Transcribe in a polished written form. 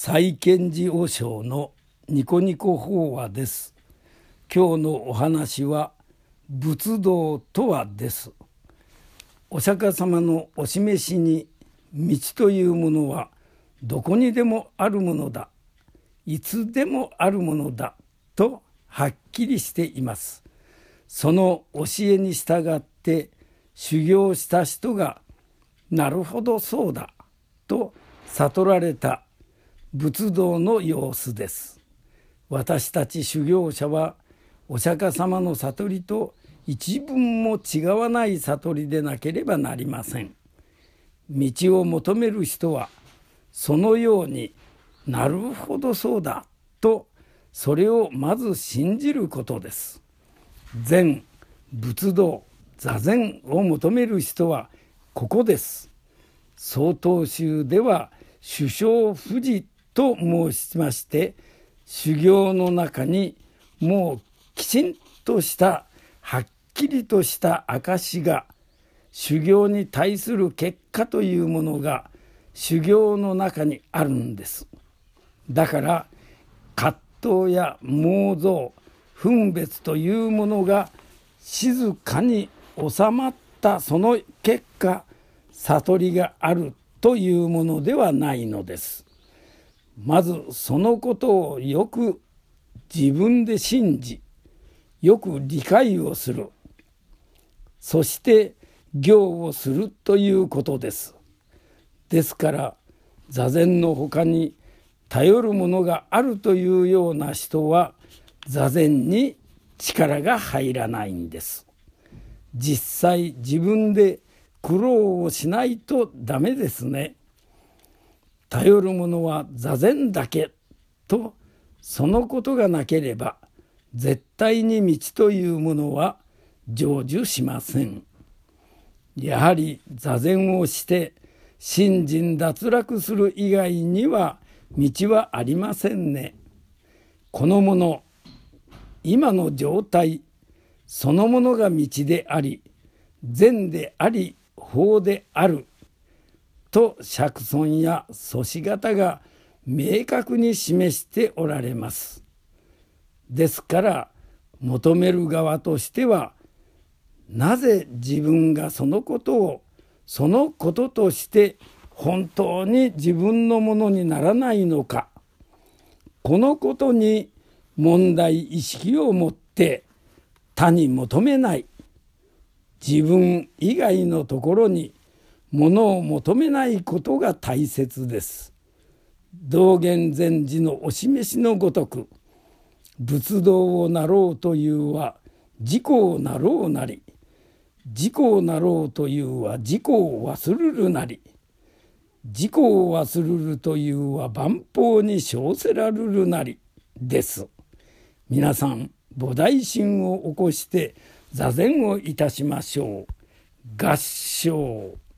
再建寺和尚のニコニコ法話です。今日のお話は仏道とはです。お釈迦様のお示しに道というものはどこにでもあるものだ、いつでもあるものだとはっきりしています。その教えに従って修行した人がなるほどそうだと悟られた仏道の様子です。私たち修行者はお釈迦様の悟りと一分も違わない悟りでなければなりません。道を求める人はそのようになるほどそうだとそれをまず信じることです。禅、仏道、座禅を求める人はここです。曹洞宗では主将不二と申しまして、修行の中にもうきちんとしたはっきりとした証が、修行に対する結果というものが修行の中にあるんです。だから葛藤や妄想、分別というものが静かに収まったその結果、悟りがあるというものではないのです。まずそのことをよく自分で信じ、よく理解をする。そして行をするということです。ですから座禅の他に頼るものがあるというような人は座禅に力が入らないんです。実際自分で苦労をしないとダメですね。頼るものは座禅だけと、そのことがなければ絶対に道というものは成就しません。やはり座禅をして信心脱落する以外には道はありませんね。このもの、今の状態そのものが道であり、禅であり、法であると釈尊や祖師方が明確に示しておられます。ですから求める側としては、なぜ自分がそのことをそのこととして本当に自分のものにならないのか、このことに問題意識を持って他に求めない、自分以外のところにものを求めないことが大切です。道元禅師のお示しのごとく、仏道をなろうというは自己をなろうなり、自己をなろうというは自己を忘るるなり、自己を忘るるというは万法に生せらるるなりです。皆さん菩提心を起こして座禅をいたしましょう。合掌。